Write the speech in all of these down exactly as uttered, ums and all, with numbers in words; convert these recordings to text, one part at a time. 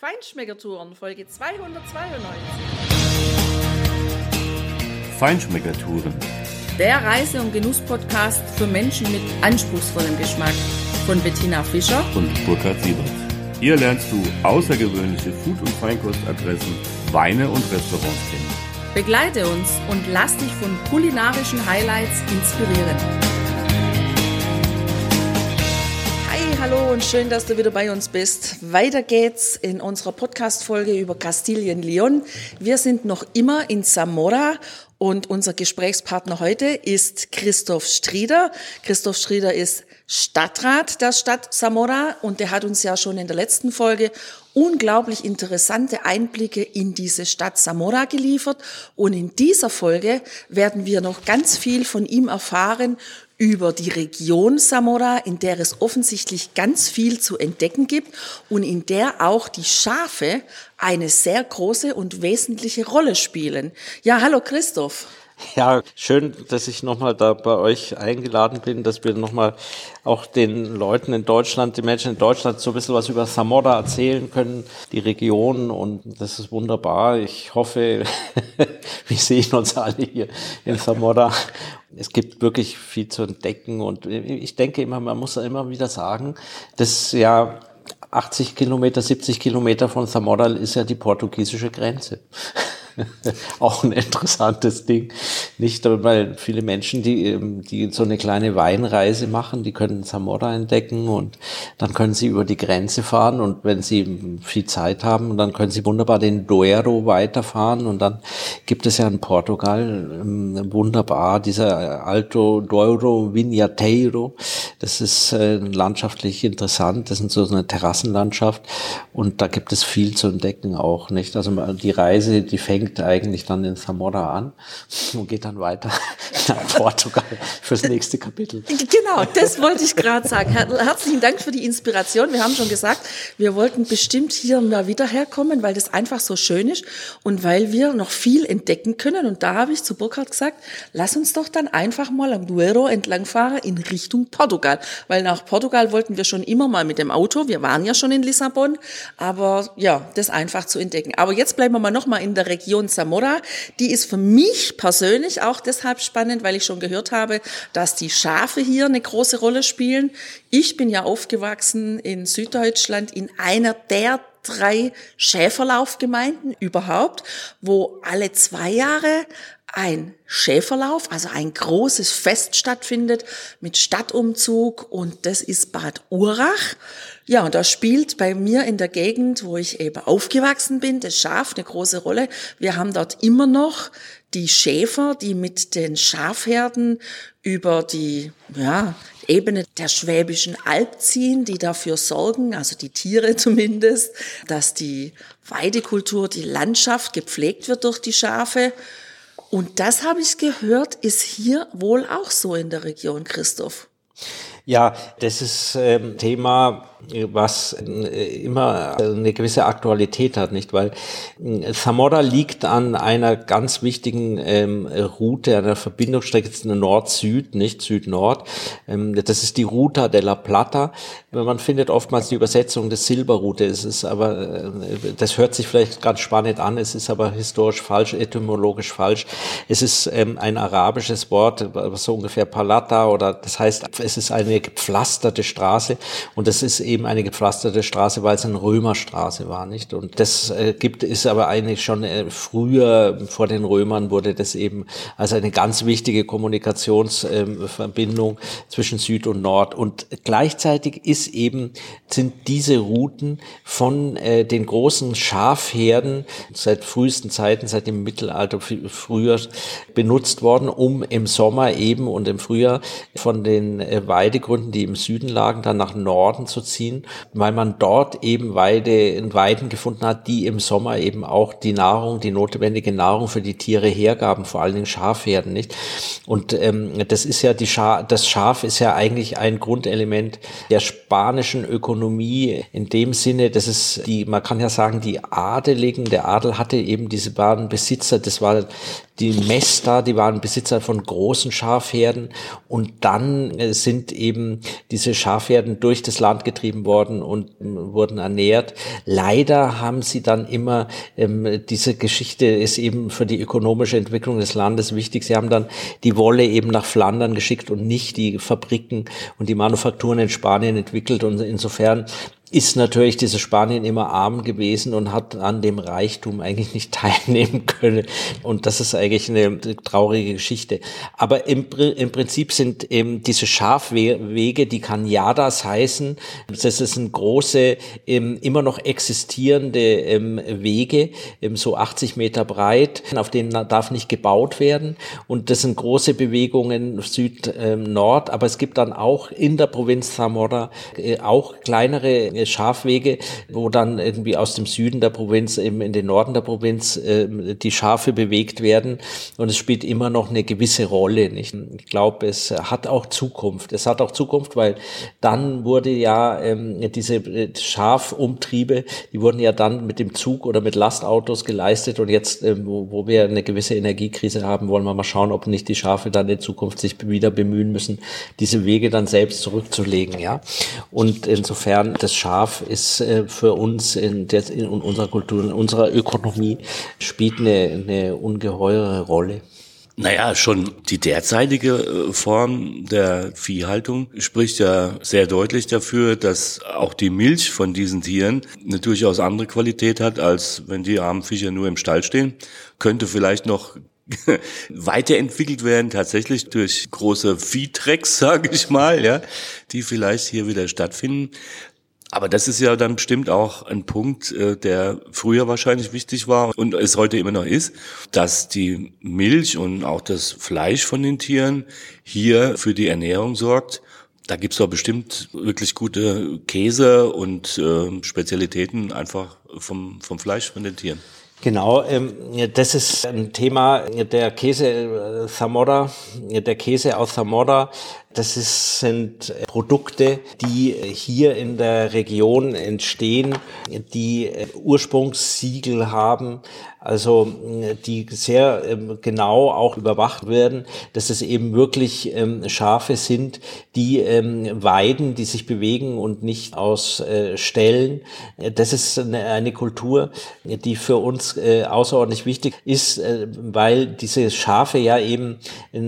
Feinschmeckertouren, Folge zweihundertzweiundneunzig. Feinschmeckertouren. Der Reise- und Genuss-Podcast für Menschen mit anspruchsvollem Geschmack. Von Bettina Fischer und Burkhard Siebert. Hier lernst du außergewöhnliche Food- und Feinkostadressen, Weine und Restaurants kennen. Begleite uns und lass dich von kulinarischen Highlights inspirieren. Hi, hallo und schön, dass du wieder bei uns bist. Weiter geht's in unserer Podcast-Folge über Kastilien-León. Wir sind noch immer in Zamora und unser Gesprächspartner heute ist Christoph Strieder. Christoph Strieder ist Stadtrat der Stadt Zamora und der hat uns ja schon in der letzten Folge unglaublich interessante Einblicke in diese Stadt Zamora geliefert. Und in dieser Folge werden wir noch ganz viel von ihm erfahren über die Region Zamora, in der es offensichtlich ganz viel zu entdecken gibt und in der auch die Schafe eine sehr große und wesentliche Rolle spielen. Ja, hallo Christoph. Ja, schön, dass ich nochmal da bei euch eingeladen bin, dass wir nochmal auch den Leuten in Deutschland, den Menschen in Deutschland so ein bisschen was über Zamora erzählen können, die Region, und das ist wunderbar. Ich hoffe, wir sehen uns alle hier in Zamora. Es gibt wirklich viel zu entdecken und ich denke immer, man muss immer wieder sagen, dass ja achtzig Kilometer, siebzig Kilometer von Zamora ist ja die portugiesische Grenze. Auch ein interessantes Ding. Nicht, weil viele Menschen, die, die so eine kleine Weinreise machen, die können Zamora entdecken und dann können sie über die Grenze fahren und wenn sie viel Zeit haben, dann können sie wunderbar den Douro weiterfahren und dann gibt es ja in Portugal ähm, wunderbar dieser Alto Douro Vinheteiro. Das ist äh, landschaftlich interessant. Das ist so eine Terrassenlandschaft und da gibt es viel zu entdecken auch, nicht? Also die Reise, die fängt eigentlich dann in Zamora an und geht dann weiter nach Portugal fürs nächste Kapitel. Genau, das wollte ich gerade sagen. Her- herzlichen Dank für die Inspiration. Wir haben schon gesagt, wir wollten bestimmt hier mal wieder herkommen, weil das einfach so schön ist und weil wir noch viel entdecken können. Und da habe ich zu Burkhard gesagt, lass uns doch dann einfach mal am Douro entlangfahren in Richtung Portugal. Weil nach Portugal wollten wir schon immer mal mit dem Auto. Wir waren ja schon in Lissabon. Aber ja, das einfach zu entdecken. Aber jetzt bleiben wir mal noch mal in der Region Zamora. Die ist für mich persönlich auch deshalb spannend, weil ich schon gehört habe, dass die Schafe hier eine große Rolle spielen. Ich bin ja aufgewachsen in Süddeutschland in einer der drei Schäferlaufgemeinden überhaupt, wo alle zwei Jahre ein Schäferlauf, also ein großes Fest stattfindet mit Stadtumzug und das ist Bad Urach. Ja, und da spielt bei mir in der Gegend, wo ich eben aufgewachsen bin, das Schaf eine große Rolle. Wir haben dort immer noch die Schäfer, die mit den Schafherden über die, ja, Ebene der Schwäbischen Alb ziehen, die dafür sorgen, also die Tiere zumindest, dass die Weidekultur, die Landschaft gepflegt wird durch die Schafe. Und das habe ich gehört, ist hier wohl auch so in der Region, Christoph. Ja, das ist ein ähm, Thema, was äh, immer eine gewisse Aktualität hat, nicht? Weil äh, Zamora liegt an einer ganz wichtigen ähm, Route, einer Verbindungsstrecke, Nord-Süd, nicht Süd-Nord. Ähm, das ist die Ruta de la Plata. Man findet oftmals die Übersetzung des Silberroute. Es ist aber, äh, das hört sich vielleicht ganz spannend an, es ist aber historisch falsch, etymologisch falsch. Es ist ähm, ein arabisches Wort, so ungefähr Palata, oder das heißt, es ist eine gepflasterte Straße und das ist eben eine gepflasterte Straße, weil es eine Römerstraße war, nicht? Und das äh, gibt ist aber eigentlich schon äh, früher, vor den Römern wurde das eben als eine ganz wichtige Kommunikationsverbindung äh, zwischen Süd und Nord und gleichzeitig ist eben, sind diese Routen von äh, den großen Schafherden seit frühesten Zeiten, seit dem Mittelalter f- früher benutzt worden, um im Sommer eben und im Frühjahr von den äh, Weidegründen, die im Süden lagen, dann nach Norden zu ziehen, weil man dort eben Weide, Weiden gefunden hat, die im Sommer eben auch die Nahrung, die notwendige Nahrung für die Tiere hergaben, vor allen Dingen Schafherden, nicht? Und ähm, das ist ja die Scha- das Schaf ist ja eigentlich ein Grundelement der spanischen Ökonomie in dem Sinne, dass es die, man kann ja sagen, die Adeligen, der Adel hatte eben diese waren Besitzer, das war die Mester, die waren Besitzer von großen Schafherden und dann äh, sind eben diese Schafherden durch das Land getrieben angetrieben worden und ähm, wurden ernährt. Leider haben sie dann immer, ähm, diese Geschichte ist eben für die ökonomische Entwicklung des Landes wichtig. Sie haben dann die Wolle eben nach Flandern geschickt und nicht die Fabriken und die Manufakturen in Spanien entwickelt. Und insofern ist natürlich dieses Spanien immer arm gewesen und hat an dem Reichtum eigentlich nicht teilnehmen können. Und das ist eigentlich eine traurige Geschichte. Aber im, im Prinzip sind eben diese Schafwege, die Cañadas heißen, das sind große, immer noch existierende Wege, so achtzig Meter breit, auf denen darf nicht gebaut werden. Und das sind große Bewegungen Süd-Nord, aber es gibt dann auch in der Provinz Zamora auch kleinere Schafwege, wo dann irgendwie aus dem Süden der Provinz eben in den Norden der Provinz äh, die Schafe bewegt werden, und es spielt immer noch eine gewisse Rolle, nicht? Ich glaube, es hat auch Zukunft. Es hat auch Zukunft, weil dann wurde ja ähm, diese Schafumtriebe, die wurden ja dann mit dem Zug oder mit Lastautos geleistet, und jetzt, äh, wo, wo wir eine gewisse Energiekrise haben, wollen wir mal schauen, ob nicht die Schafe dann in Zukunft sich wieder bemühen müssen, diese Wege dann selbst zurückzulegen, ja. Und insofern das Schaf ist äh, für uns in, der, in unserer Kultur, in unserer Ökonomie, spielt eine, eine ungeheure Rolle. Naja, schon die derzeitige Form der Viehhaltung spricht ja sehr deutlich dafür, dass auch die Milch von diesen Tieren eine durchaus andere Qualität hat, als wenn die armen Viecher nur im Stall stehen. Könnte vielleicht noch weiterentwickelt werden, tatsächlich durch große Viehtracks, sage ich mal, ja, die vielleicht hier wieder stattfinden. Aber das ist ja dann bestimmt auch ein Punkt, der früher wahrscheinlich wichtig war und es heute immer noch ist, dass die Milch und auch das Fleisch von den Tieren hier für die Ernährung sorgt. Da gibt's doch bestimmt wirklich gute Käse und äh, Spezialitäten einfach vom, vom Fleisch von den Tieren. Genau, ähm, das ist ein Thema, der Käse äh, Zamora, der Käse aus Zamora. Das ist, sind Produkte, die hier in der Region entstehen, die Ursprungssiegel haben, also die sehr genau auch überwacht werden, dass es eben wirklich Schafe sind, die weiden, die sich bewegen und nicht aus Ställen. Das ist eine Kultur, die für uns außerordentlich wichtig ist, weil diese Schafe ja eben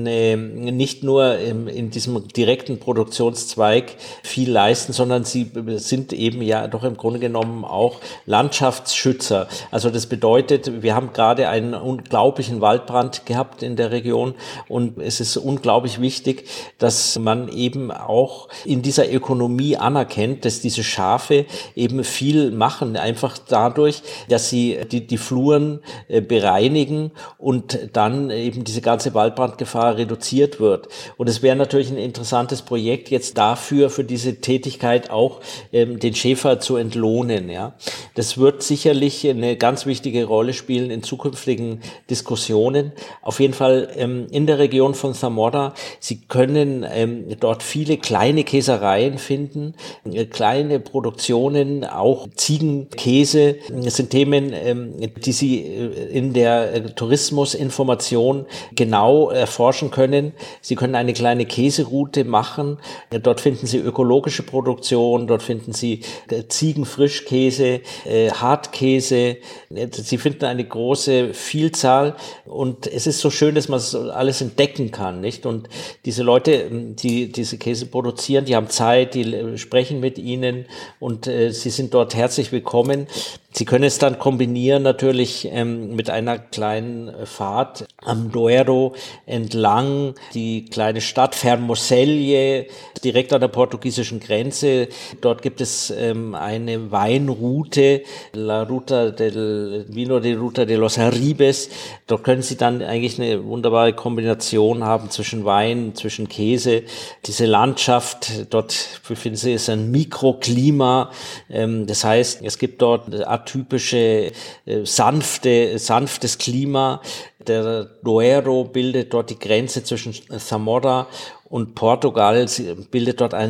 nicht nur in diesem direkten Produktionszweig viel leisten, sondern sie sind eben ja doch im Grunde genommen auch Landschaftsschützer. Also das bedeutet, wir haben gerade einen unglaublichen Waldbrand gehabt in der Region, und es ist unglaublich wichtig, dass man eben auch in dieser Ökonomie anerkennt, dass diese Schafe eben viel machen, einfach dadurch, dass sie die, die Fluren bereinigen und dann eben diese ganze Waldbrandgefahr reduziert wird. Und es wäre natürlich ein interessantes Projekt jetzt dafür, für diese Tätigkeit auch ähm, den Schäfer zu entlohnen. Ja, das wird sicherlich eine ganz wichtige Rolle spielen in zukünftigen Diskussionen. Auf jeden Fall ähm, in der Region von Zamora. Sie können ähm, dort viele kleine Käsereien finden, äh, kleine Produktionen, auch Ziegenkäse. Das sind Themen, ähm, die Sie äh, in der äh, Tourismusinformation genau erforschen können. Sie können eine kleine Käseroute machen. Dort finden Sie ökologische Produktion, dort finden Sie Ziegenfrischkäse, äh, Hartkäse. Sie finden eine große Vielzahl, und es ist so schön, dass man so alles entdecken kann, nicht? Und diese Leute, die diese Käse produzieren, die haben Zeit, die sprechen mit Ihnen, und äh, Sie sind dort herzlich willkommen. Sie können es dann kombinieren natürlich ähm, mit einer kleinen Fahrt am Duero entlang, die kleine Stadt Fermoselle, direkt an der portugiesischen Grenze. Dort gibt es ähm, eine Weinroute, La Ruta del Vino de Ruta de los Arribes. Dort können Sie dann eigentlich eine wunderbare Kombination haben zwischen Wein, zwischen Käse. Diese Landschaft, dort befinden Sie, ist ein Mikroklima. Ähm, das heißt, es gibt dort atypische, äh, sanfte, sanftes Klima. Der Duero bildet dort die Grenze zwischen Zamora und Portugal. Sie bildet dort einen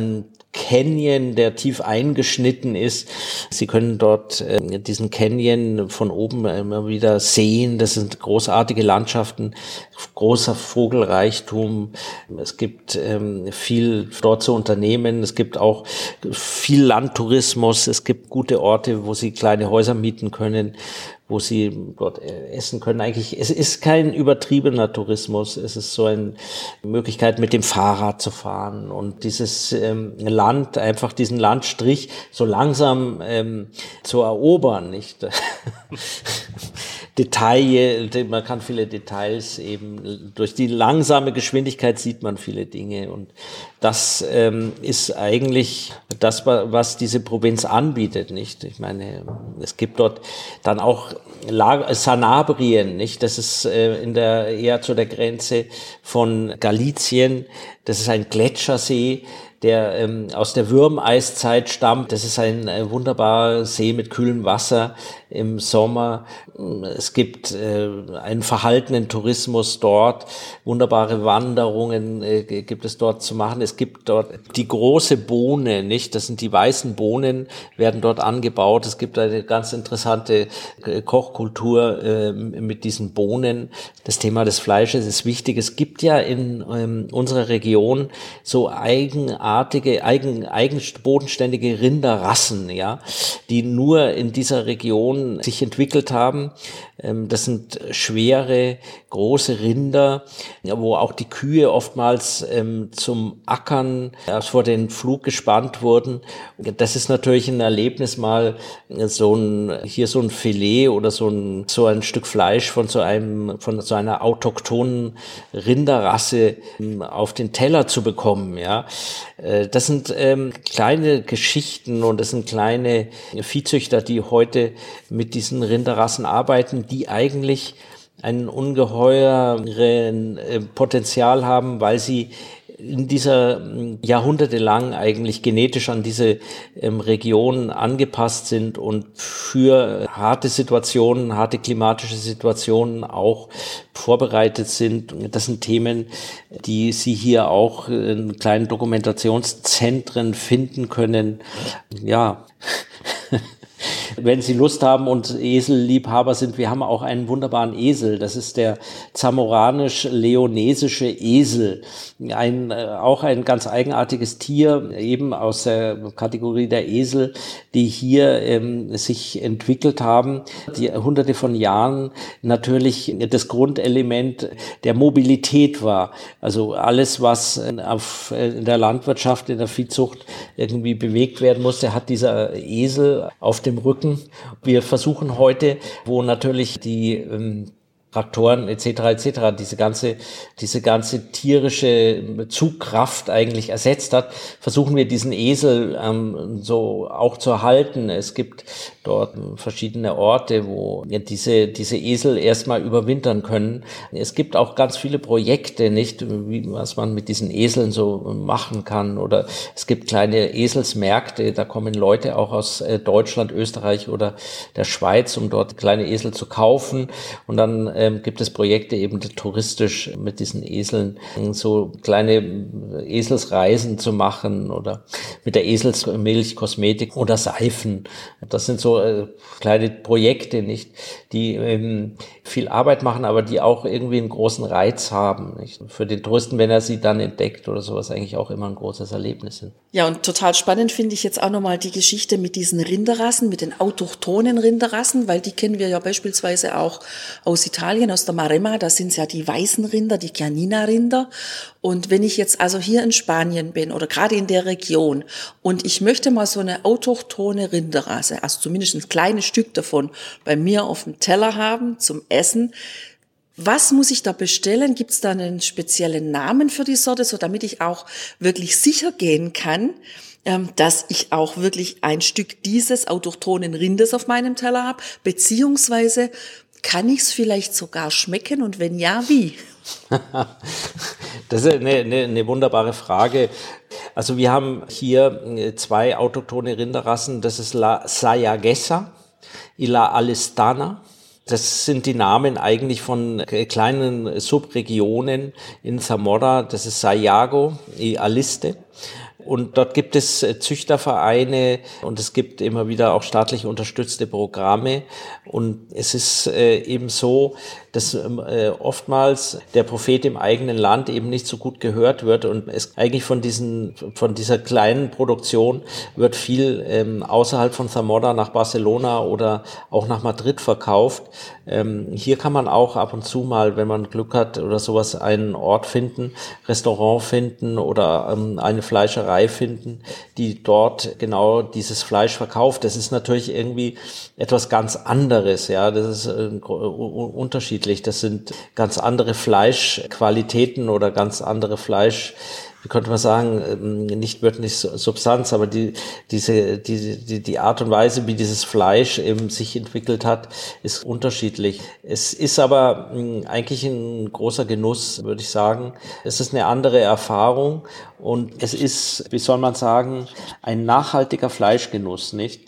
Canyon, der tief eingeschnitten ist. Sie können dort äh, diesen Canyon von oben immer wieder sehen. Das sind großartige Landschaften, großer Vogelreichtum. Es gibt ähm, viel dort zu unternehmen. Es gibt auch viel Landtourismus. Es gibt gute Orte, wo Sie kleine Häuser mieten können, wo sie dort essen können. Eigentlich, es ist kein übertriebener Tourismus. Es ist so eine Möglichkeit, mit dem Fahrrad zu fahren und dieses ähm, Land, einfach diesen Landstrich so langsam ähm, zu erobern, nicht? Detail, man kann viele Details eben, durch die langsame Geschwindigkeit sieht man viele Dinge und das ähm, ist eigentlich das, was diese Provinz anbietet, nicht? Ich meine, es gibt dort dann auch Lag- Sanabrien, nicht? Das ist äh, in der, eher zu der Grenze von Galizien. Das ist ein Gletschersee, der ähm, aus der Würmeiszeit stammt. Das ist ein äh, wunderbarer See mit kühlem Wasser im Sommer. Es gibt äh, einen verhaltenen Tourismus dort. Wunderbare Wanderungen äh, gibt es dort zu machen. Es gibt dort die große Bohne, nicht? Das sind die weißen Bohnen, werden dort angebaut. Es gibt eine ganz interessante äh, Kochkultur äh, mit diesen Bohnen. Das Thema des Fleisches ist wichtig. Es gibt ja in ähm, unserer Region so eigenartige, eigen, eigen bodenständige Rinderrassen, ja, die nur in dieser Region sich entwickelt haben. Das sind schwere, große Rinder, wo auch die Kühe oftmals zum Ackern vor den Pflug gespannt wurden. Das ist natürlich ein Erlebnis, mal so ein, hier so ein Filet oder so ein, so ein Stück Fleisch von so einem, von so einer autochthonen Rinderrasse auf den Teller zu bekommen, ja. Das sind ähm, kleine Geschichten und das sind kleine Viehzüchter, die heute mit diesen Rinderrassen arbeiten, die eigentlich ein ungeheuren äh, Potenzial haben, weil sie in dieser jahrhundertelang eigentlich genetisch an diese ähm, Region angepasst sind und für harte Situationen, harte klimatische Situationen auch vorbereitet sind. Das sind Themen, die Sie hier auch in kleinen Dokumentationszentren finden können. Ja. Wenn Sie Lust haben und Eselliebhaber sind, wir haben auch einen wunderbaren Esel. Das ist der zamoranisch-leonesische Esel. Ein, äh, auch ein ganz eigenartiges Tier, eben aus der Kategorie der Esel, die hier ähm, sich entwickelt haben, die hunderte von Jahren natürlich das Grundelement der Mobilität war. Also alles, was auf, in der Landwirtschaft, in der Viehzucht irgendwie bewegt werden musste, hat dieser Esel auf dem Rücken. Wir versuchen heute, wo natürlich die ähm, Traktoren et cetera et cetera diese ganze diese ganze tierische Zugkraft eigentlich ersetzt hat, versuchen wir diesen Esel ähm, so auch zu erhalten. Es gibt dort verschiedene Orte, wo ja, diese diese Esel erstmal überwintern können. Es gibt auch ganz viele Projekte, nicht, wie was man mit diesen Eseln so machen kann, oder es gibt kleine Eselsmärkte, da kommen Leute auch aus äh, Deutschland, Österreich oder der Schweiz, um dort kleine Esel zu kaufen, und dann ähm, gibt es Projekte eben touristisch mit diesen Eseln so kleine Eselsreisen zu machen oder mit der Eselsmilch Kosmetik oder Seifen. Das sind so äh, kleine Projekte, nicht, die ähm, viel Arbeit machen, aber die auch irgendwie einen großen Reiz haben, nicht? Für den Touristen, wenn er sie dann entdeckt oder sowas, eigentlich auch immer ein großes Erlebnis sind. Ja, und total spannend finde ich jetzt auch nochmal die Geschichte mit diesen Rinderrassen, mit den autochthonen Rinderrassen, weil die kennen wir ja beispielsweise auch aus Italien, aus der Maremma. Da sind es ja die weißen Rinder, die Chianina-Rinder. Und wenn ich jetzt also hier in Spanien bin oder gerade in der Region und ich möchte mal so eine autochtone Rinderrasse, also zumindest ein kleines Stück davon bei mir auf dem Teller haben zum Essen, was muss ich da bestellen? Gibt es da einen speziellen Namen für die Sorte, so damit ich auch wirklich sicher gehen kann, dass ich auch wirklich ein Stück dieses autochthonen Rindes auf meinem Teller habe? Beziehungsweise kann ich es vielleicht sogar schmecken, und wenn ja, wie? Das ist eine, eine, eine wunderbare Frage. Also wir haben hier zwei autochthone Rinderrassen. Das ist La Sayaguesa y La Alistana. Das sind die Namen eigentlich von kleinen Subregionen in Zamora. Das ist Sayago y Aliste. Und dort gibt es Züchtervereine und es gibt immer wieder auch staatlich unterstützte Programme. Und es ist äh, eben so, dass äh, oftmals der Prophet im eigenen Land eben nicht so gut gehört wird und es eigentlich von diesen von dieser kleinen Produktion wird viel ähm, außerhalb von Zamora nach Barcelona oder auch nach Madrid verkauft. Ähm, hier kann man auch ab und zu mal, wenn man Glück hat oder sowas, einen Ort finden, Restaurant finden oder ähm, eine Fleischerei finden, die dort genau dieses Fleisch verkauft. Das ist natürlich irgendwie etwas ganz anderes, ja, das ist äh, unterschiedlich. Das sind ganz andere Fleischqualitäten oder ganz andere Fleisch, wie könnte man sagen, nicht wörtlich Substanz, aber die, diese, die, die, die Art und Weise, wie dieses Fleisch eben sich entwickelt hat, ist unterschiedlich. Es ist aber eigentlich ein großer Genuss, würde ich sagen. Es ist eine andere Erfahrung und es ist, wie soll man sagen, ein nachhaltiger Fleischgenuss, nicht?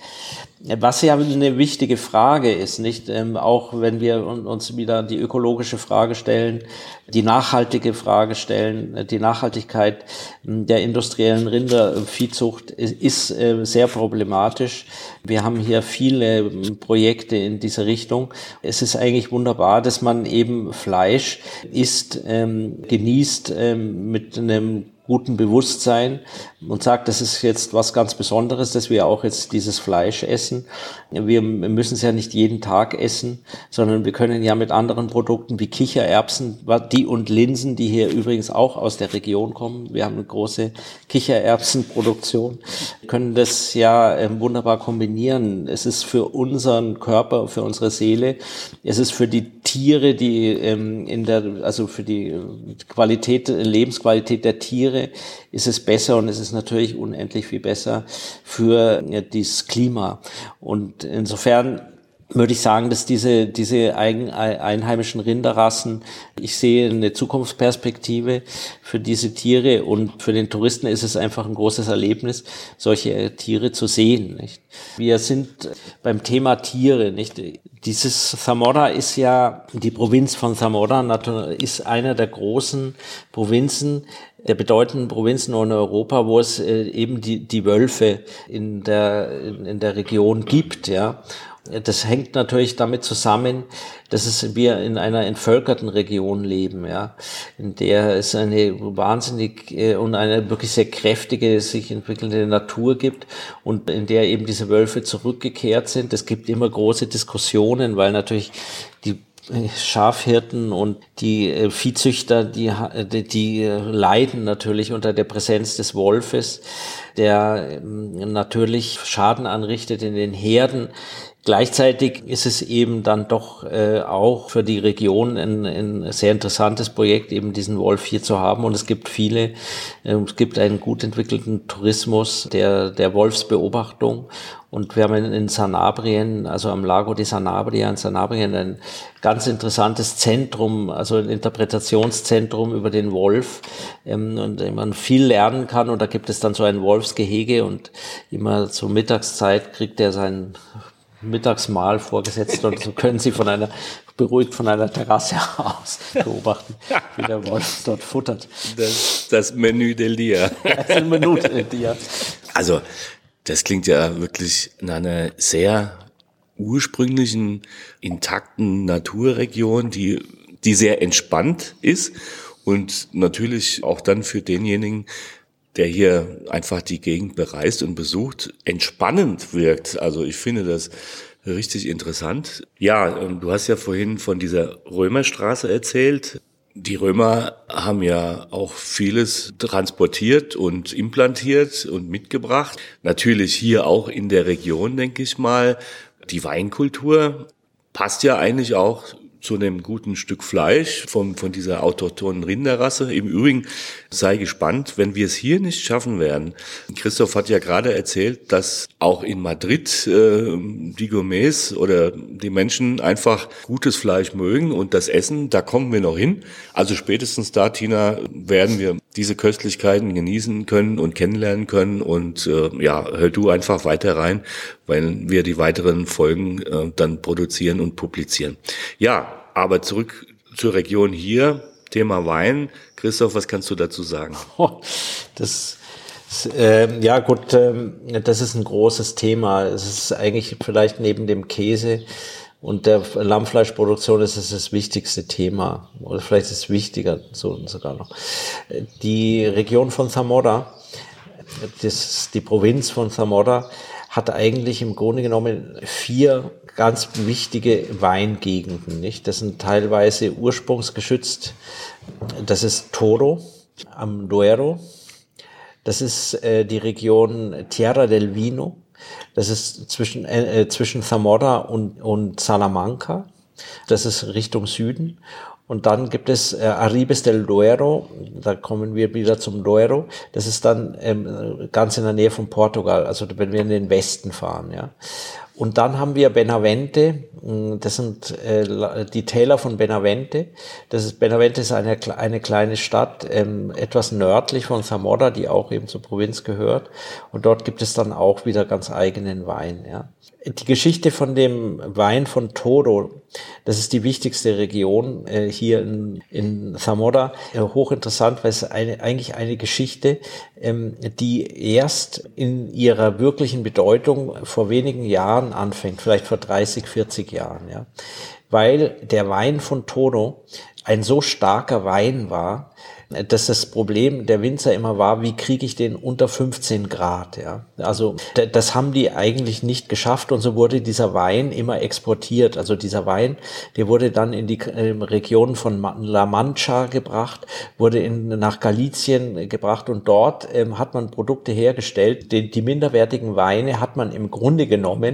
Was ja eine wichtige Frage ist, nicht? Ähm, auch wenn wir uns wieder die ökologische Frage stellen, die nachhaltige Frage stellen, die Nachhaltigkeit der industriellen Rinderviehzucht ist äh, sehr problematisch. Wir haben hier viele Projekte in diese Richtung. Es ist eigentlich wunderbar, dass man eben Fleisch isst, ähm, genießt ähm, mit einem guten Bewusstsein und sagt, das ist jetzt was ganz Besonderes, dass wir auch jetzt dieses Fleisch essen. Wir müssen es ja nicht jeden Tag essen, sondern wir können ja mit anderen Produkten wie Kichererbsen, die und Linsen, die hier übrigens auch aus der Region kommen, wir haben eine große Kichererbsenproduktion, können das ja äh, wunderbar kombinieren. Es ist für unseren Körper, für unsere Seele, es ist für die Tiere, die ähm, in der, also für die Qualität, Lebensqualität der Tiere ist es besser und es ist natürlich unendlich viel besser für ja, dieses Klima. Und insofern würde ich sagen, dass diese diese eigen, einheimischen Rinderrassen, ich sehe eine Zukunftsperspektive für diese Tiere und für den Touristen ist es einfach ein großes Erlebnis, solche Tiere zu sehen, nicht? Wir sind beim Thema Tiere, nicht? Dieses Zamora ist ja, die Provinz von Zamora ist einer der großen Provinzen, der bedeutenden Provinzen in Europa, wo es äh, eben die die Wölfe in der in, in der Region gibt, ja. Das hängt natürlich damit zusammen, dass es wir in einer entvölkerten Region leben, ja, in der es eine wahnsinnig äh, und eine wirklich sehr kräftige, sich entwickelnde Natur gibt und in der eben diese Wölfe zurückgekehrt sind. Es gibt immer große Diskussionen, weil natürlich die Schafhirten und die äh, Viehzüchter, die, die, die leiden natürlich unter der Präsenz des Wolfes, der ähm, natürlich Schaden anrichtet in den Herden. Gleichzeitig ist es eben dann doch äh, auch für die Region ein, ein sehr interessantes Projekt, eben diesen Wolf hier zu haben. Und es gibt viele, äh, es gibt einen gut entwickelten Tourismus der der Wolfsbeobachtung. Und wir haben in, in Sanabrien, also am Lago di Sanabria in Sanabrien, ein ganz interessantes Zentrum, also ein Interpretationszentrum über den Wolf, ähm, und man viel lernen kann. Und da gibt es dann so ein Wolfsgehege und immer zur Mittagszeit kriegt er seinen Mittagsmahl vorgesetzt und so können Sie von einer beruhigt von einer Terrasse aus beobachten, wie der Wolf dort futtert. Das, das Menü del Dia. Das Menü del Dia. Also, das klingt ja wirklich nach einer sehr ursprünglichen, intakten Naturregion, die, die sehr entspannt ist und natürlich auch dann für denjenigen, der hier einfach die Gegend bereist und besucht, entspannend wirkt. Also ich finde das richtig interessant. Ja, du hast ja vorhin von dieser Römerstraße erzählt. Die Römer haben ja auch vieles transportiert und implantiert und mitgebracht. Natürlich hier auch in der Region, denke ich mal. Die Weinkultur passt ja eigentlich auch zu einem guten Stück Fleisch von, von dieser autochthonen Rinderrasse. Im Übrigen sei gespannt, wenn wir es hier nicht schaffen werden. Christoph hat ja gerade erzählt, dass auch in Madrid äh, die Gourmets oder die Menschen einfach gutes Fleisch mögen und das Essen, da kommen wir noch hin. Also spätestens da, Tina, werden wir diese Köstlichkeiten genießen können und kennenlernen können. Und äh, ja, hör du einfach weiter rein, weil wir die weiteren Folgen äh, dann produzieren und publizieren. Ja, aber zurück zur Region hier, Thema Wein. Christoph, was kannst du dazu sagen? Oh, das Ähm, ja gut, ähm, das ist ein großes Thema. Es ist eigentlich vielleicht neben dem Käse und der Lammfleischproduktion ist es das wichtigste Thema. Oder vielleicht ist es wichtiger so, sogar noch. Die Region von Zamora, das, die Provinz von Zamora, hat eigentlich im Grunde genommen vier ganz wichtige Weingegenden, nicht? Das sind teilweise ursprungsgeschützt. Das ist Toro am Duero. Das ist äh, die Region Tierra del Vino. Das ist zwischen äh, zwischen Zamora und und Salamanca. Das ist Richtung Süden. Und dann gibt es äh, Arribes del Duero. Da kommen wir wieder zum Duero. Das ist dann ähm, ganz in der Nähe von Portugal. Also wenn wir in den Westen fahren, ja. Und dann haben wir Benavente, das sind äh, die Täler von Benavente. Das ist, Benavente ist eine, eine kleine Stadt, ähm, etwas nördlich von Zamora, die auch eben zur Provinz gehört. Und dort gibt es dann auch wieder ganz eigenen Wein, ja. Die Geschichte von dem Wein von Toro, das ist die wichtigste Region äh, hier in, in Zamora, äh, hochinteressant, weil es eine, eigentlich eine Geschichte, ähm, die erst in ihrer wirklichen Bedeutung vor wenigen Jahren anfängt, vielleicht vor dreißig, vierzig Jahren, ja, weil der Wein von Toro ein so starker Wein war, dass das Problem der Winzer immer war, wie kriege ich den unter fünfzehn Grad, ja. Also das haben die eigentlich nicht geschafft und so wurde dieser Wein immer exportiert. Also dieser Wein, der wurde dann in die äh, Region von La Mancha gebracht, wurde in, nach Galicien gebracht und dort ähm, hat man Produkte hergestellt. Die, die minderwertigen Weine hat man im Grunde genommen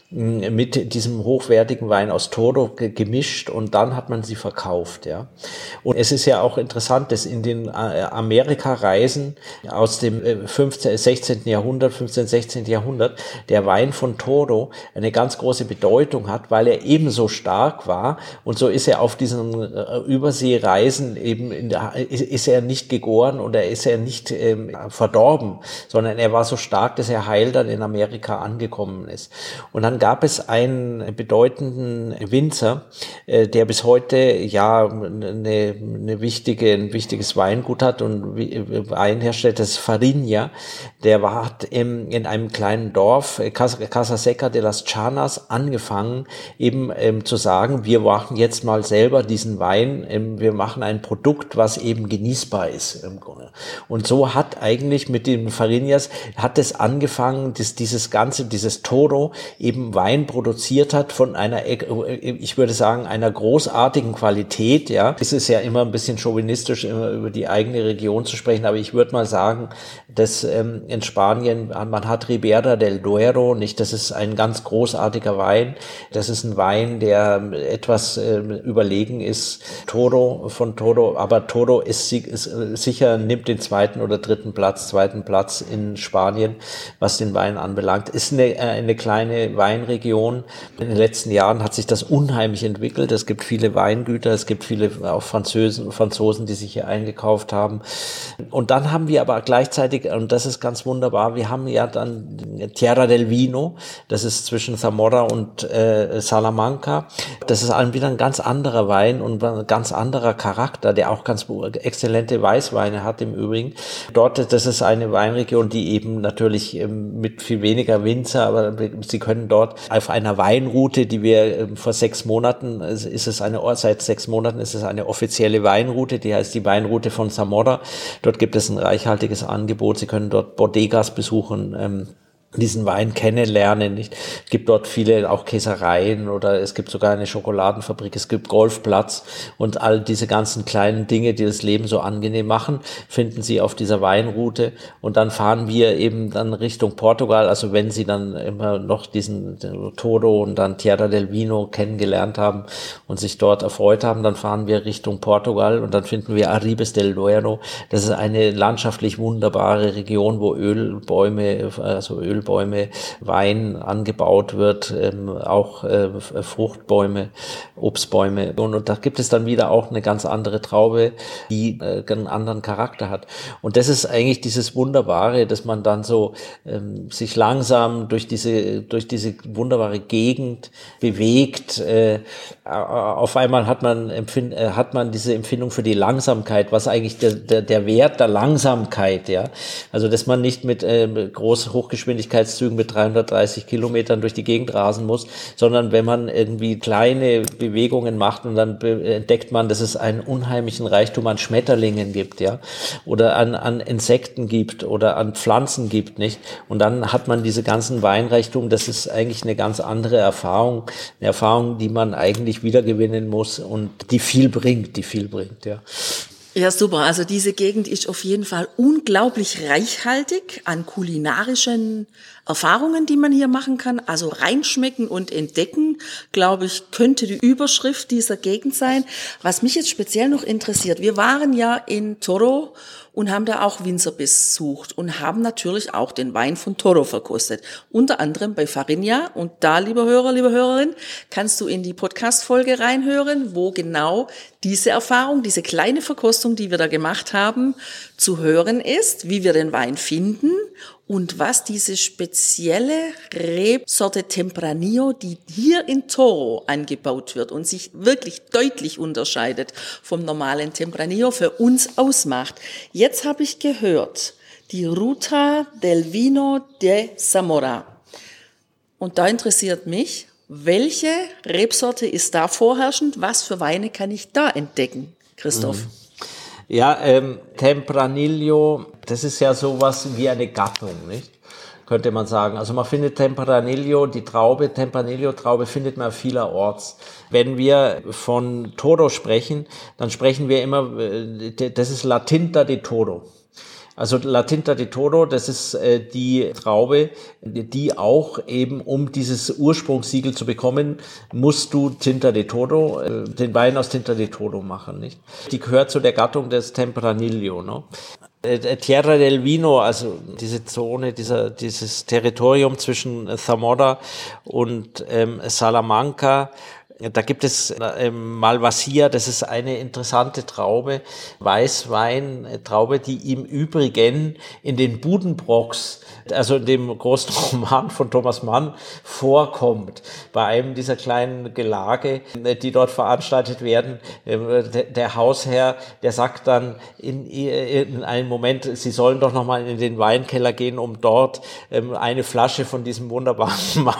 mit diesem hochwertigen Wein aus Toro gemischt und dann hat man sie verkauft, ja. Und es ist ja auch interessant, dass in den Amerika-Reisen aus dem fünfzehnten, sechzehnten Jahrhundert, fünfzehnten, sechzehnten Jahrhundert der Wein von Toro eine ganz große Bedeutung hat, weil er ebenso stark war und so ist er auf diesen Überseereisen eben, in der, ist er nicht gegoren oder ist er nicht ähm, verdorben, sondern er war so stark, dass er heil dann in Amerika angekommen ist. Und dann gab es einen bedeutenden Winzer, äh, der bis heute ja eine, eine wichtige, ein wichtiges Weingut hat und Wein herstellt, das ist Farinha. Der war, hat im, in einem kleinen Dorf, Casaseca de las Chanas, angefangen, eben ähm, zu sagen, wir machen jetzt mal selber diesen Wein, ähm, wir machen ein Produkt, was eben genießbar ist im Grunde. Und so hat eigentlich mit den Farinhas, hat es angefangen, dass dieses ganze, dieses Toro eben Wein produziert hat von einer, ich würde sagen, einer großartigen Qualität, ja. Es ist ja immer ein bisschen chauvinistisch, immer über die eigene Region zu sprechen, aber ich würde mal sagen, dass ähm, in Spanien, man hat Ribera del Duero, nicht, das ist ein ganz großartiger Wein, das ist ein Wein, der etwas äh, überlegen ist, Toro, von Toro, aber Toro ist, ist sicher, nimmt den zweiten oder dritten Platz, zweiten Platz in Spanien, was den Wein anbelangt, ist eine, eine kleine Weinregion. In den letzten Jahren hat sich das unheimlich entwickelt. Es gibt viele Weingüter, es gibt viele auch Franzosen, Franzosen, die sich hier eingekauft haben. Und dann haben wir aber gleichzeitig, und das ist ganz wunderbar, wir haben ja dann Tierra del Vino, das ist zwischen Zamora und äh, Salamanca. Das ist wieder ein ganz anderer Wein und ein ganz anderer Charakter, der auch ganz exzellente Weißweine hat im Übrigen. Dort, das ist eine Weinregion, die eben natürlich ähm, mit viel weniger Winzer, aber sie können dort auf einer Weinroute, die wir ähm, vor sechs Monaten, ist es eine, seit sechs Monaten ist es eine offizielle Weinroute, die heißt die Weinroute von Zamora. Dort gibt es ein reichhaltiges Angebot. Sie können dort Bodegas besuchen, ähm, diesen Wein kennenlernen, nicht? Es gibt dort viele auch Käsereien oder es gibt sogar eine Schokoladenfabrik, es gibt Golfplatz und all diese ganzen kleinen Dinge, die das Leben so angenehm machen, finden Sie auf dieser Weinroute und dann fahren wir eben dann Richtung Portugal, also wenn Sie dann immer noch diesen Toro und dann Tierra del Vino kennengelernt haben und sich dort erfreut haben, dann fahren wir Richtung Portugal und dann finden wir Arribes del Duero. Das ist eine landschaftlich wunderbare Region, wo Ölbäume, also Öl Ölbäume, Wein angebaut wird, ähm, auch äh, Fruchtbäume, Obstbäume. Und, und da gibt es dann wieder auch eine ganz andere Traube, die äh, einen anderen Charakter hat. Und das ist eigentlich dieses Wunderbare, dass man dann so ähm, sich langsam durch diese durch diese wunderbare Gegend bewegt. Äh, auf einmal hat man empfind, äh, hat man diese Empfindung für die Langsamkeit, was eigentlich der der, der Wert der Langsamkeit, ja. Also dass man nicht mit äh, großen Hochgeschwindigkeitszügen mit dreihundertdreißig Kilometern durch die Gegend rasen muss, sondern wenn man irgendwie kleine Bewegungen macht und dann entdeckt man, dass es einen unheimlichen Reichtum an Schmetterlingen gibt, ja, oder an, an Insekten gibt oder an Pflanzen gibt, nicht? Und dann hat man diese ganzen Weinreichtum, das ist eigentlich eine ganz andere Erfahrung, eine Erfahrung, die man eigentlich wiedergewinnen muss und die viel bringt, die viel bringt, ja. Ja, super. Also diese Gegend ist auf jeden Fall unglaublich reichhaltig an kulinarischen Erfahrungen, die man hier machen kann. Also reinschmecken und entdecken, glaube ich, könnte die Überschrift dieser Gegend sein. Was mich jetzt speziell noch interessiert, wir waren ja in Toro und haben da auch Winzer besucht und haben natürlich auch den Wein von Toro verkostet. Unter anderem bei Farinha. Und da, lieber Hörer, liebe Hörerin, kannst du in die Podcast-Folge reinhören, wo genau diese Erfahrung, diese kleine Verkostung, die wir da gemacht haben, zu hören ist, wie wir den Wein finden und was diese spezielle Rebsorte Tempranillo, die hier in Toro angebaut wird und sich wirklich deutlich unterscheidet vom normalen Tempranillo, für uns ausmacht. Jetzt habe ich gehört, die Ruta del Vino de Zamora. Und da interessiert mich, welche Rebsorte ist da vorherrschend? Was für Weine kann ich da entdecken, Christoph? Ja, ähm, Tempranillo, das ist ja sowas wie eine Gattung, nicht? Könnte man sagen. Also man findet Tempranillo, die Traube, Tempranillo-Traube findet man vielerorts. Wenn wir von Toro sprechen, dann sprechen wir immer, das ist La Tinta de Toro. Also La Tinta de Toro, das ist äh, die Traube, die auch eben, um dieses Ursprungssiegel zu bekommen, musst du Tinta de Toro, äh, den Wein aus Tinta de Toro machen, nicht? Die gehört zu der Gattung des Tempranillo, ne? Äh, Tierra del Vino, also diese Zone, dieser, dieses Territorium zwischen Zamora und ähm, Salamanca. Da gibt es äh, Malvasia, das ist eine interessante Traube, Weißwein, Traube, die im Übrigen in den Budenbrooks, also in dem großen Roman von Thomas Mann, vorkommt. Bei einem dieser kleinen Gelage, die dort veranstaltet werden. Der, der Hausherr, der sagt dann in, in einem Moment, sie sollen doch nochmal in den Weinkeller gehen, um dort ähm, eine Flasche von diesem wunderbaren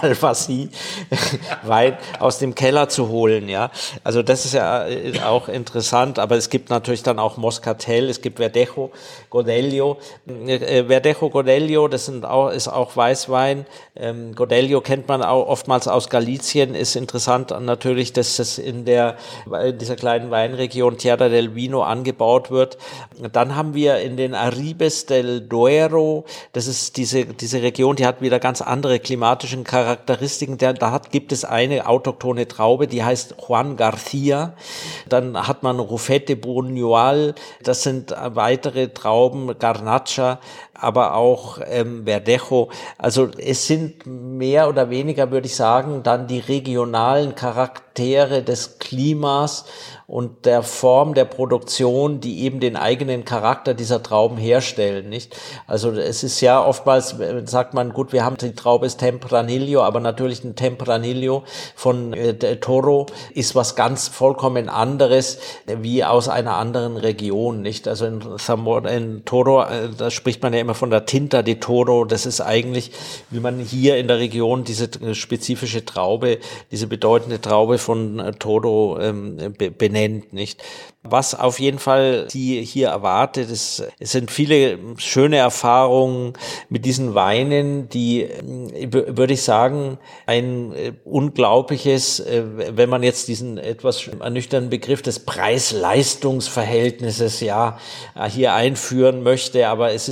Malvasie-Wein aus dem Keller zu holen, ja. Also das ist ja auch interessant, aber es gibt natürlich dann auch Moscatel, es gibt Verdejo, Godello. Äh, Verdejo, Godello, das sind auch, ist auch Weißwein. Ähm, Godello kennt man auch oftmals aus Galicien, ist interessant natürlich, dass es in der, in dieser kleinen Weinregion Tierra del Vino angebaut wird. Dann haben wir in den Arribes del Duero, das ist diese, diese Region, die hat wieder ganz andere klimatische Charakteristiken. Da, da hat, gibt es eine autochthone Traube, die heißt Juan García. Dann hat man Rufete Buñuel, das sind weitere Trauben, Garnacha, aber auch ähm, Verdejo. Also es sind mehr oder weniger, würde ich sagen, dann die regionalen Charaktere des Klimas und der Form der Produktion, die eben den eigenen Charakter dieser Trauben herstellen, nicht? Also es ist ja oftmals, sagt man, gut, wir haben die Traube ist Tempranillo, aber natürlich ein Tempranillo von äh, Toro ist was ganz vollkommen anderes wie aus einer anderen Region, nicht? Also in, Zamora, in Toro, äh, da spricht man ja immer von der Tinta de Toro, das ist eigentlich, wie man hier in der Region diese spezifische Traube, diese bedeutende Traube von äh, Toro ähm, benennt. Nicht? Was auf jeden Fall die hier erwartet, ist, es sind viele schöne Erfahrungen mit diesen Weinen, die, würde ich sagen, ein unglaubliches, wenn man jetzt diesen etwas ernüchternden Begriff des Preis-Leistungs-Verhältnisses ja hier einführen möchte, aber es ist ja doch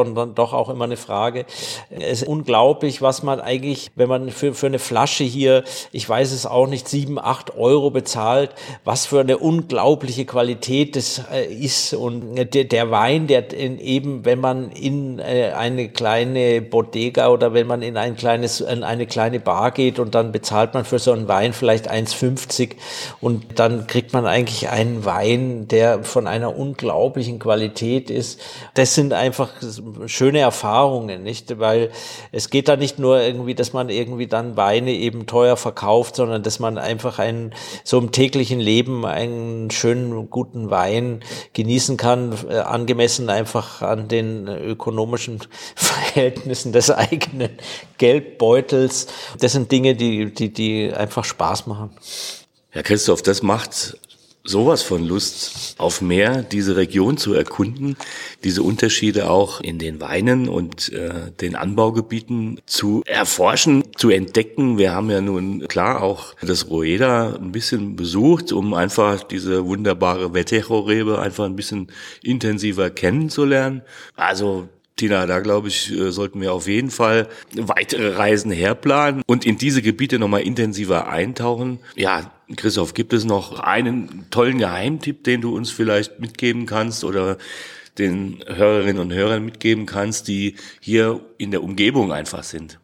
und dann doch auch immer eine Frage. Es ist unglaublich, was man eigentlich, wenn man für, für eine Flasche hier, ich weiß es auch nicht, sieben, acht Euro bezahlt, was für eine unglaubliche Qualität das äh, ist. Und der, der Wein, der in, eben, wenn man in äh, eine kleine Bodega oder wenn man in ein kleines, in eine kleine Bar geht und dann bezahlt man für so einen Wein vielleicht eins fünfzig und dann kriegt man eigentlich einen Wein, der von einer unglaublichen Qualität ist. Das sind einfach schöne Erfahrungen, nicht? Weil es geht da nicht nur irgendwie, dass man irgendwie dann Weine eben teuer verkauft, sondern dass man einfach einen, so im täglichen Leben einen schönen, guten Wein genießen kann, äh, angemessen einfach an den ökonomischen Verhältnissen des eigenen Geldbeutels. Das sind Dinge, die, die, die einfach Spaß machen. Ja, Christoph, das macht sowas von Lust auf mehr, diese Region zu erkunden, diese Unterschiede auch in den Weinen und äh, den Anbaugebieten zu erforschen, zu entdecken. Wir haben ja nun klar auch das Rueda ein bisschen besucht, um einfach diese wunderbare Vetejo-Rebe einfach ein bisschen intensiver kennenzulernen. Also Tina, da glaube ich, sollten wir auf jeden Fall weitere Reisen herplanen und in diese Gebiete nochmal intensiver eintauchen. Ja, Christoph, gibt es noch einen tollen Geheimtipp, den du uns vielleicht mitgeben kannst oder den Hörerinnen und Hörern mitgeben kannst, die hier in der Umgebung einfach sind?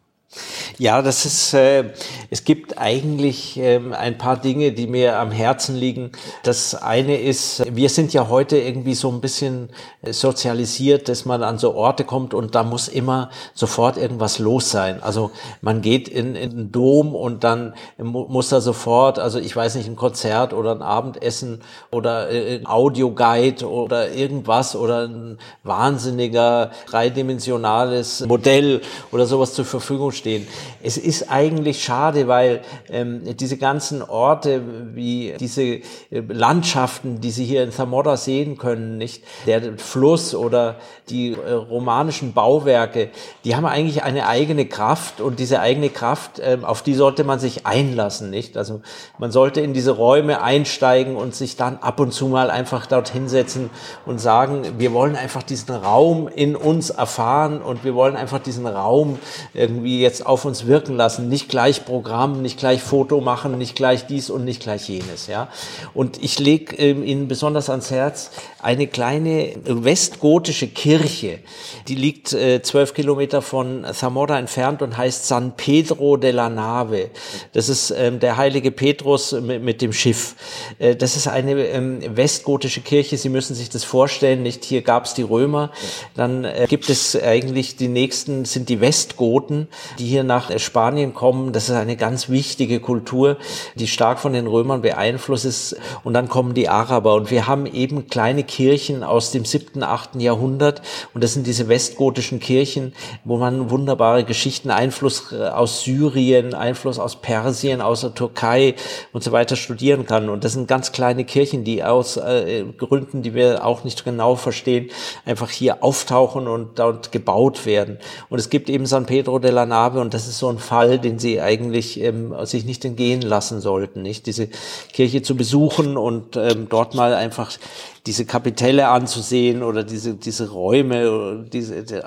Ja, das ist, äh, es gibt eigentlich äh, ein paar Dinge, die mir am Herzen liegen. Das eine ist, wir sind ja heute irgendwie so ein bisschen sozialisiert, dass man an so Orte kommt und da muss immer sofort irgendwas los sein. Also man geht in, in den Dom und dann mu- muss da sofort, also ich weiß nicht, ein Konzert oder ein Abendessen oder äh, ein Audioguide oder irgendwas oder ein wahnsinniger dreidimensionales Modell oder sowas zur Verfügung stehen. Es ist eigentlich schade, weil ähm, diese ganzen Orte, wie diese äh, Landschaften, die Sie hier in Zamora sehen können, nicht der Fluss oder die äh, romanischen Bauwerke, die haben eigentlich eine eigene Kraft und diese eigene Kraft, äh, auf die sollte man sich einlassen, nicht? Also man sollte in diese Räume einsteigen und sich dann ab und zu mal einfach dort hinsetzen und sagen, wir wollen einfach diesen Raum in uns erfahren und wir wollen einfach diesen Raum irgendwie jetzt auf uns wirken lassen, nicht gleich Programm, nicht gleich Foto machen, nicht gleich dies und nicht gleich jenes, ja. Und ich lege ähm, Ihnen besonders ans Herz eine kleine westgotische Kirche, die liegt äh, zwölf Kilometer von Zamora entfernt und heißt San Pedro de la Nave. Das ist ähm, der heilige Petrus mit, mit dem Schiff. Äh, das ist eine ähm, westgotische Kirche. Sie müssen sich das vorstellen, nicht? Hier gab es die Römer, dann äh, gibt es eigentlich die nächsten sind die Westgoten, die hier nach Spanien kommen. Das ist eine ganz wichtige Kultur, die stark von den Römern beeinflusst ist. Und dann kommen die Araber. Und wir haben eben kleine Kirchen aus dem siebten, achten Jahrhundert. Und das sind diese westgotischen Kirchen, wo man wunderbare Geschichten, Einfluss aus Syrien, Einfluss aus Persien, aus der Türkei und so weiter studieren kann. Und das sind ganz kleine Kirchen, die aus äh, Gründen, die wir auch nicht genau verstehen, einfach hier auftauchen und dort gebaut werden. Und es gibt eben San Pedro de la Nave und das ist so ein Fall, den sie eigentlich ähm, sich nicht entgehen lassen sollten, nicht? Diese Kirche zu besuchen und ähm, dort mal einfach diese Kapitelle anzusehen oder diese diese Räume diese die,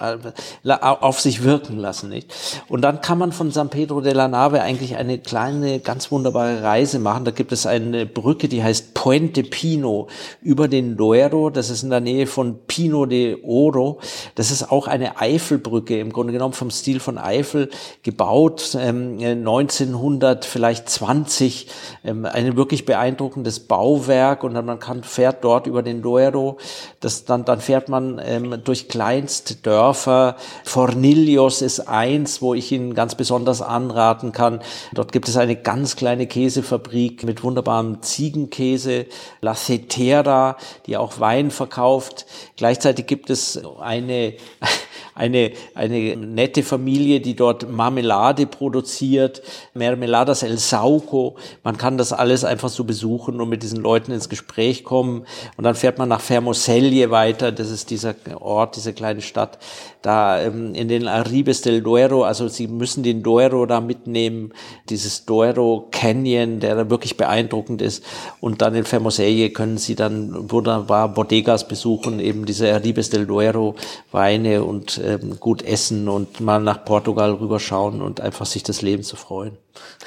auf sich wirken lassen, nicht? Und dann kann man von San Pedro de la Nave eigentlich eine kleine, ganz wunderbare Reise machen. Da gibt es eine Brücke, die heißt Puente Pino über den Duero. Das ist in der Nähe von Pino de Oro. Das ist auch eine Eifelbrücke, im Grunde genommen vom Stil von Eifel gebaut, ähm, neunzehnhundert, vielleicht zwanzig, ähm, ein wirklich beeindruckendes Bauwerk und dann man kann fährt dort über den Duero, das dann dann fährt man ähm, durch Kleinstdörfer. Fornillos ist eins, wo ich Ihnen ganz besonders anraten kann. Dort gibt es eine ganz kleine Käsefabrik mit wunderbarem Ziegenkäse, La Cetera, die auch Wein verkauft. Gleichzeitig gibt es eine eine eine nette Familie, die dort dort Marmelade produziert, Mermeladas El Sauco. Man kann das alles einfach so besuchen und mit diesen Leuten ins Gespräch kommen. Und dann fährt man nach Fermoselle weiter, das ist dieser Ort, diese kleine Stadt, da ähm, in den Arribes del Duero, also Sie müssen den Duero da mitnehmen, dieses Duero Canyon, der da wirklich beeindruckend ist. Und dann in Fermoselle können Sie dann wunderbar Bodegas besuchen, eben diese Arribes del Duero Weine und ähm, gut essen und mal nach Portugal rüberschauen und einfach sich das Leben zu freuen.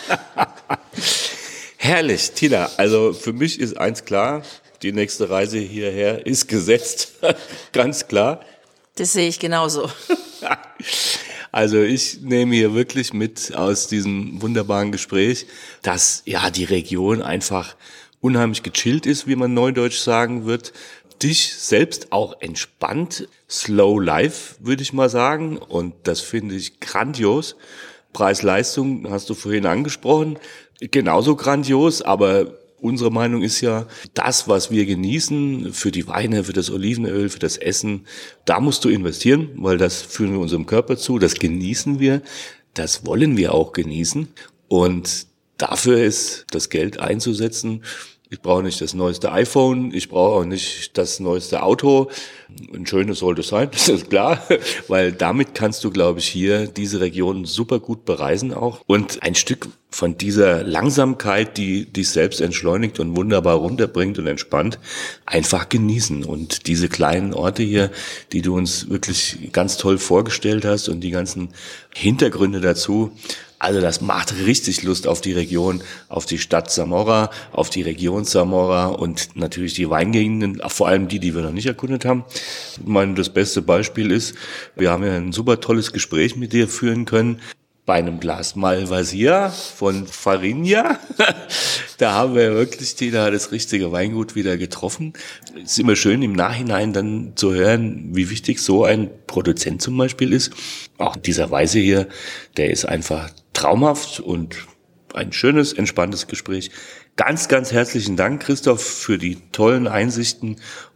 Herrlich, Tina. Also für mich ist eins klar, die nächste Reise hierher ist gesetzt. Ganz klar. Das sehe ich genauso. Also ich nehme hier wirklich mit aus diesem wunderbaren Gespräch, dass ja die Region einfach unheimlich gechillt ist, wie man neudeutsch sagen wird. Dich selbst auch entspannt, slow life, würde ich mal sagen. Und das finde ich grandios. Preis-Leistung hast du vorhin angesprochen. Genauso grandios, aber unsere Meinung ist ja, das, was wir genießen, für die Weine, für das Olivenöl, für das Essen, da musst du investieren, weil das führen wir unserem Körper zu, das genießen wir, das wollen wir auch genießen. Und dafür ist das Geld einzusetzen. Ich brauche nicht das neueste iPhone, ich brauche auch nicht das neueste Auto. Ein schönes sollte es sein, das ist klar, weil damit kannst du, glaube ich, hier diese Region super gut bereisen auch. Und ein Stück von dieser Langsamkeit, die dich selbst entschleunigt und wunderbar runterbringt und entspannt, einfach genießen. Und diese kleinen Orte hier, die du uns wirklich ganz toll vorgestellt hast und die ganzen Hintergründe dazu, also das macht richtig Lust auf die Region, auf die Stadt Zamora, auf die Region Zamora und natürlich die Weingegenden, vor allem die, die wir noch nicht erkundet haben. Ich meine, das beste Beispiel ist, wir haben ja ein super tolles Gespräch mit dir führen können. Bei einem Glas Malvasia von Farinha. Da haben wir wirklich die, da das richtige Weingut wieder getroffen. Es ist immer schön im Nachhinein dann zu hören, wie wichtig so ein Produzent zum Beispiel ist. Auch dieser Weise hier, der ist einfach traumhaft und ein schönes, entspanntes Gespräch. Ganz, ganz herzlichen Dank, Christoph, für die tollen Einsichten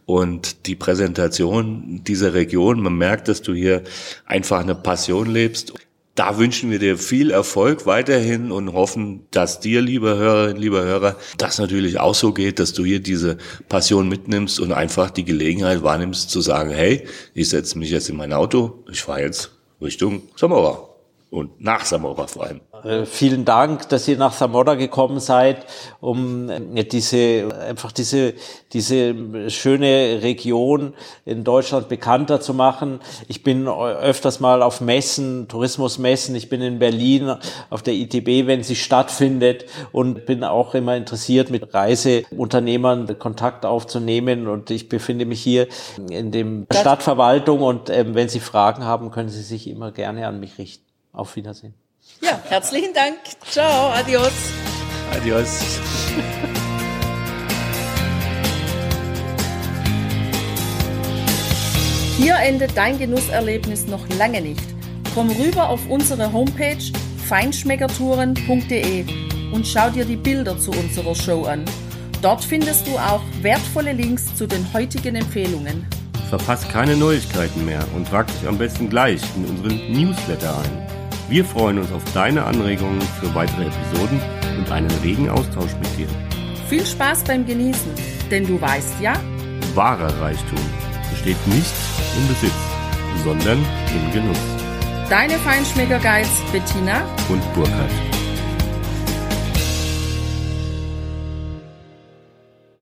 und die Präsentation dieser Region. Man merkt, dass du hier einfach eine Passion lebst. Da wünschen wir dir viel Erfolg weiterhin und hoffen, dass dir, liebe Hörerinnen, lieber Hörer, das natürlich auch so geht, dass du hier diese Passion mitnimmst und einfach die Gelegenheit wahrnimmst zu sagen, hey, ich setze mich jetzt in mein Auto, ich fahre jetzt Richtung Zamora und nach Zamora vor allem. Äh, vielen Dank, dass ihr nach Zamora gekommen seid, um äh, diese einfach diese diese schöne Region in Deutschland bekannter zu machen. Ich bin öfters mal auf Messen, Tourismusmessen. Ich bin in Berlin auf der I T B, wenn sie stattfindet, und bin auch immer interessiert, mit Reiseunternehmern Kontakt aufzunehmen. Und ich befinde mich hier in dem das Stadtverwaltung und äh, wenn Sie Fragen haben, können Sie sich immer gerne an mich richten. Auf Wiedersehen. Ja, herzlichen Dank. Ciao, adios. Adios. Hier endet dein Genusserlebnis noch lange nicht. Komm rüber auf unsere Homepage feinschmeckertouren punkt de und schau dir die Bilder zu unserer Show an. Dort findest du auch wertvolle Links zu den heutigen Empfehlungen. Verpasst keine Neuigkeiten mehr und trag dich am besten gleich in unseren Newsletter ein. Wir freuen uns auf deine Anregungen für weitere Episoden und einen regen Austausch mit dir. Viel Spaß beim Genießen, denn du weißt ja, wahrer Reichtum besteht nicht im Besitz, sondern im Genuss. Deine Feinschmecker-Guides Bettina und Burkhard.